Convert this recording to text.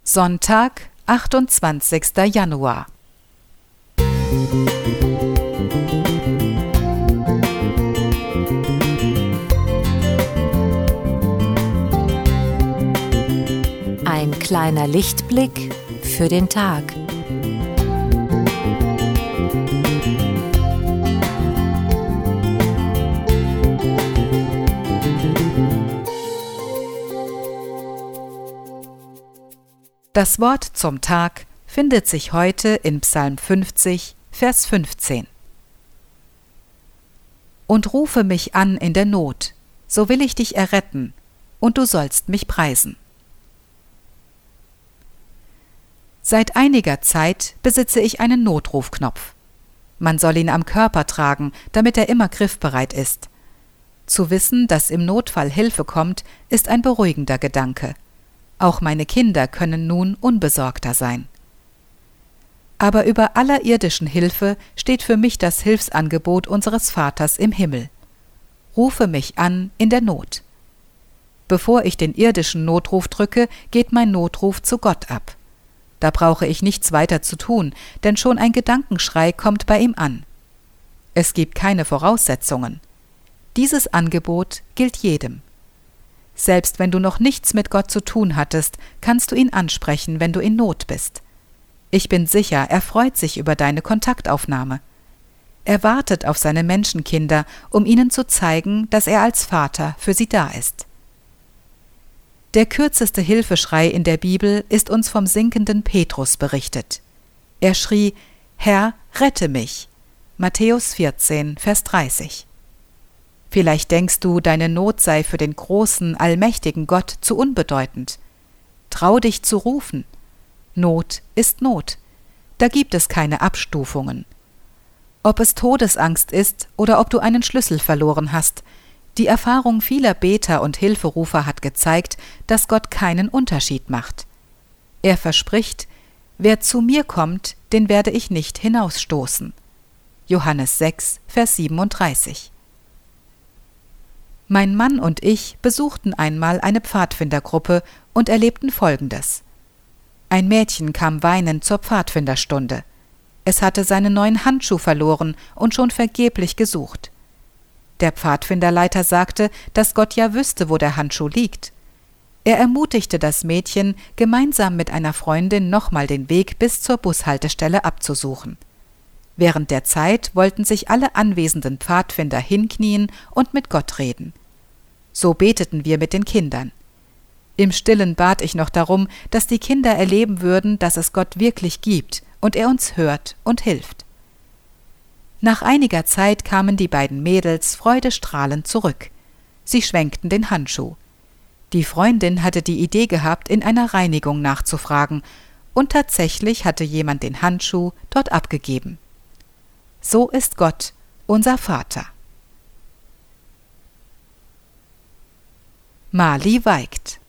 Sonntag, 28. Januar. Ein kleiner Lichtblick für den Tag. Das Wort zum Tag findet sich heute in Psalm 50, Vers 15. Und rufe mich an in der Not, so will ich dich erretten, und du sollst mich preisen. Seit einiger Zeit besitze ich einen Notrufknopf. Man soll ihn am Körper tragen, damit er immer griffbereit ist. Zu wissen, dass im Notfall Hilfe kommt, ist ein beruhigender Gedanke. Auch meine Kinder können nun unbesorgter sein. Aber über aller irdischen Hilfe steht für mich das Hilfsangebot unseres Vaters im Himmel. Rufe mich an in der Not. Bevor ich den irdischen Notruf drücke, geht mein Notruf zu Gott ab. Da brauche ich nichts weiter zu tun, denn schon ein Gedankenschrei kommt bei ihm an. Es gibt keine Voraussetzungen. Dieses Angebot gilt jedem. Selbst wenn du noch nichts mit Gott zu tun hattest, kannst du ihn ansprechen, wenn du in Not bist. Ich bin sicher, er freut sich über deine Kontaktaufnahme. Er wartet auf seine Menschenkinder, um ihnen zu zeigen, dass er als Vater für sie da ist. Der kürzeste Hilfeschrei in der Bibel ist uns vom sinkenden Petrus berichtet. Er schrie: »Herr, rette mich!« Matthäus 14, Vers 30. Vielleicht denkst du, deine Not sei für den großen, allmächtigen Gott zu unbedeutend. Trau dich zu rufen. Not ist Not. Da gibt es keine Abstufungen. Ob es Todesangst ist oder ob du einen Schlüssel verloren hast, die Erfahrung vieler Beter und Hilferufer hat gezeigt, dass Gott keinen Unterschied macht. Er verspricht: »Wer zu mir kommt, den werde ich nicht hinausstoßen.« Johannes 6, Vers 37. Mein Mann und ich besuchten einmal eine Pfadfindergruppe und erlebten Folgendes. Ein Mädchen kam weinend zur Pfadfinderstunde. Es hatte seinen neuen Handschuh verloren und schon vergeblich gesucht. Der Pfadfinderleiter sagte, dass Gott ja wüsste, wo der Handschuh liegt. Er ermutigte das Mädchen, gemeinsam mit einer Freundin nochmal den Weg bis zur Bushaltestelle abzusuchen. Während der Zeit wollten sich alle anwesenden Pfadfinder hinknien und mit Gott reden. So beteten wir mit den Kindern. Im Stillen bat ich noch darum, dass die Kinder erleben würden, dass es Gott wirklich gibt und er uns hört und hilft. Nach einiger Zeit kamen die beiden Mädels freudestrahlend zurück. Sie schwenkten den Handschuh. Die Freundin hatte die Idee gehabt, in einer Reinigung nachzufragen, und tatsächlich hatte jemand den Handschuh dort abgegeben. So ist Gott, unser Vater. Mali Weigt.